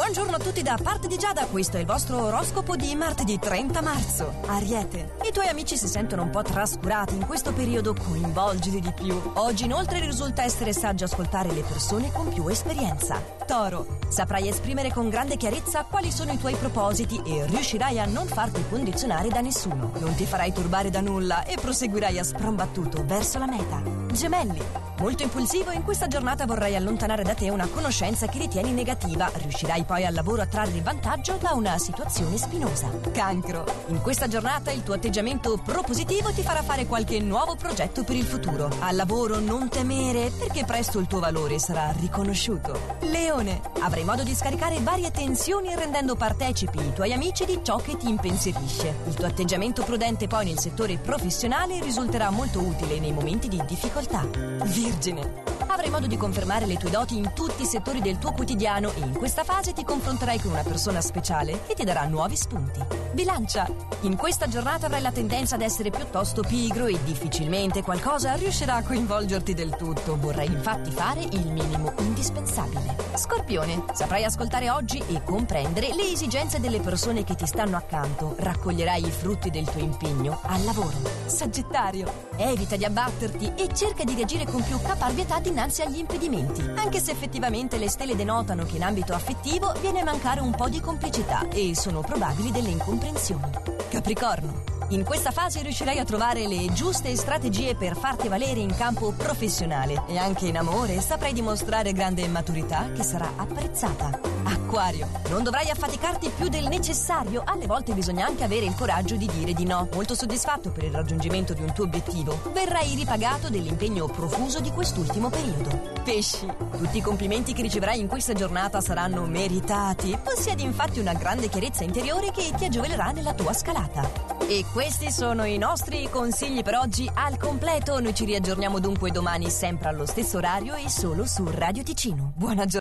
Buongiorno a tutti da parte di Giada, questo è il vostro oroscopo di martedì 30 marzo. Ariete, i tuoi amici si sentono un po' trascurati in questo periodo, coinvolgili di più. Oggi inoltre risulta essere saggio ascoltare le persone con più esperienza. Toro, saprai esprimere con grande chiarezza quali sono i tuoi propositi e riuscirai a non farti condizionare da nessuno. Non ti farai turbare da nulla e proseguirai a sprombattuto verso la meta. Gemelli, molto impulsivo, in questa giornata vorrai allontanare da te una conoscenza che ritieni negativa. Riuscirai poi al lavoro a trarre vantaggio da una situazione spinosa. Cancro, in questa giornata il tuo atteggiamento propositivo ti farà fare qualche nuovo progetto per il futuro. Al lavoro non temere, perché presto il tuo valore sarà riconosciuto. Leone, avrai modo di scaricare varie tensioni rendendo partecipi i tuoi amici di ciò che ti impensierisce. Il tuo atteggiamento prudente poi nel settore professionale risulterà molto utile nei momenti di difficoltà. Vergine, avrai modo di confermare le tue doti in tutti i settori del tuo quotidiano e in questa fase ti confronterai con una persona speciale che ti darà nuovi spunti. Bilancia, in questa giornata avrai la tendenza ad essere piuttosto pigro e difficilmente qualcosa riuscirà a coinvolgerti del tutto. Vorrai infatti fare il minimo indispensabile. Scorpione, saprai ascoltare oggi e comprendere le esigenze delle persone che ti stanno accanto. Raccoglierai i frutti del tuo impegno al lavoro. Sagittario, evita di abbatterti e cerca di reagire con più caparbietà dinanzi agli impedimenti, anche se effettivamente le stelle denotano che in ambito affettivo viene a mancare un po' di complicità e sono probabili delle incomprensioni. Capricorno, in questa fase riuscirai a trovare le giuste strategie per farti valere in campo professionale e anche in amore saprai dimostrare grande maturità che sarà apprezzata. Acquario, non dovrai affaticarti più del necessario, alle volte bisogna anche avere il coraggio di dire di no. Molto soddisfatto per il raggiungimento di un tuo obiettivo, verrai ripagato dell'impegno profuso di quest'ultimo periodo. Pesci, tutti i complimenti che riceverai in questa giornata saranno meritati, possiedi infatti una grande chiarezza interiore che ti aggevolerà nella tua scalata. E questi sono i nostri consigli per oggi al completo. Noi ci riaggiorniamo dunque domani sempre allo stesso orario e solo su Radio Ticino. Buona giornata.